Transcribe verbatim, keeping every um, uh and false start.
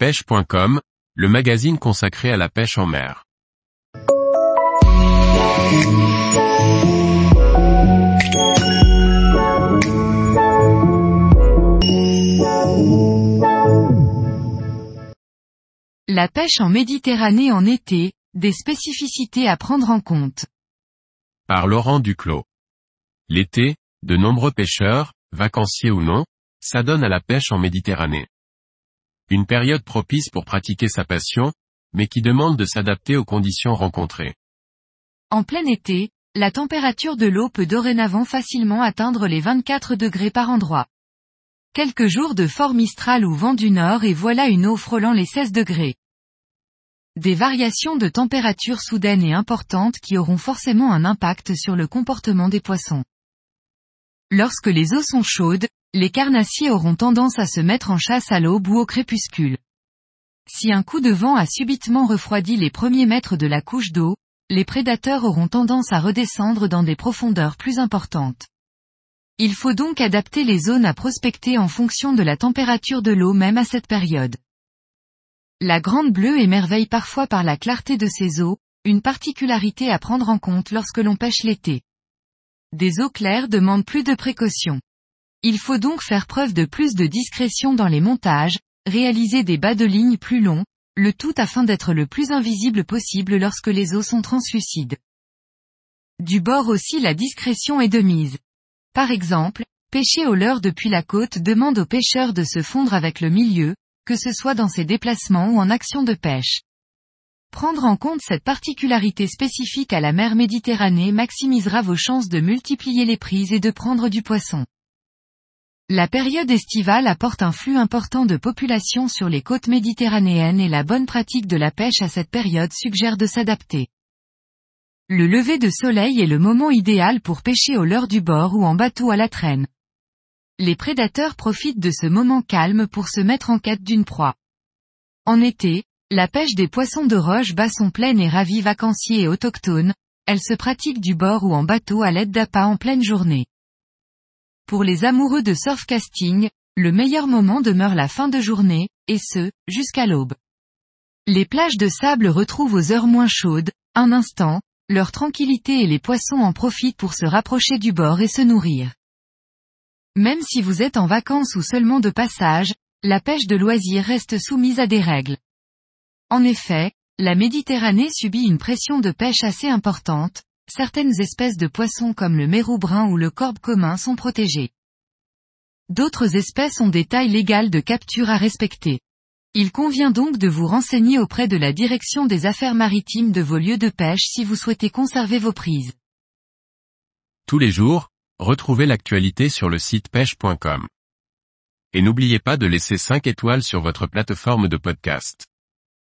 pêche point com, le magazine consacré à la pêche en mer. La pêche en Méditerranée en été, des spécificités à prendre en compte. Par Laurent Duclos. L'été, de nombreux pêcheurs, vacanciers ou non, s'adonnent à la pêche en Méditerranée. Une période propice pour pratiquer sa passion, mais qui demande de s'adapter aux conditions rencontrées. En plein été, la température de l'eau peut dorénavant facilement atteindre les vingt-quatre degrés par endroit. Quelques jours de fort mistral ou vent du nord et voilà une eau frôlant les seize degrés. Des variations de température soudaines et importantes qui auront forcément un impact sur le comportement des poissons. Lorsque les eaux sont chaudes, les carnassiers auront tendance à se mettre en chasse à l'aube ou au crépuscule. Si un coup de vent a subitement refroidi les premiers mètres de la couche d'eau, les prédateurs auront tendance à redescendre dans des profondeurs plus importantes. Il faut donc adapter les zones à prospecter en fonction de la température de l'eau même à cette période. La grande bleue émerveille parfois par la clarté de ses eaux, une particularité à prendre en compte lorsque l'on pêche l'été. Des eaux claires demandent plus de précautions. Il faut donc faire preuve de plus de discrétion dans les montages, réaliser des bas de ligne plus longs, le tout afin d'être le plus invisible possible lorsque les eaux sont translucides. Du bord aussi la discrétion est de mise. Par exemple, pêcher au leurre depuis la côte demande aux pêcheurs de se fondre avec le milieu, que ce soit dans ses déplacements ou en action de pêche. Prendre en compte cette particularité spécifique à la mer Méditerranée maximisera vos chances de multiplier les prises et de prendre du poisson. La période estivale apporte un flux important de population sur les côtes méditerranéennes et la bonne pratique de la pêche à cette période suggère de s'adapter. Le lever de soleil est le moment idéal pour pêcher au leurre du bord ou en bateau à la traîne. Les prédateurs profitent de ce moment calme pour se mettre en quête d'une proie. En été, la pêche des poissons de roche bat son plein et ravit vacanciers et autochtones, elle se pratique du bord ou en bateau à l'aide d'appâts en pleine journée. Pour les amoureux de surfcasting, le meilleur moment demeure la fin de journée, et ce, jusqu'à l'aube. Les plages de sable retrouvent aux heures moins chaudes, un instant, leur tranquillité et les poissons en profitent pour se rapprocher du bord et se nourrir. Même si vous êtes en vacances ou seulement de passage, la pêche de loisir reste soumise à des règles. En effet, la Méditerranée subit une pression de pêche assez importante, certaines espèces de poissons comme le mérou brun ou le corbe commun sont protégées. D'autres espèces ont des tailles légales de capture à respecter. Il convient donc de vous renseigner auprès de la direction des affaires maritimes de vos lieux de pêche si vous souhaitez conserver vos prises. Tous les jours, retrouvez l'actualité sur le site pêche point com. Et n'oubliez pas de laisser cinq étoiles sur votre plateforme de podcast.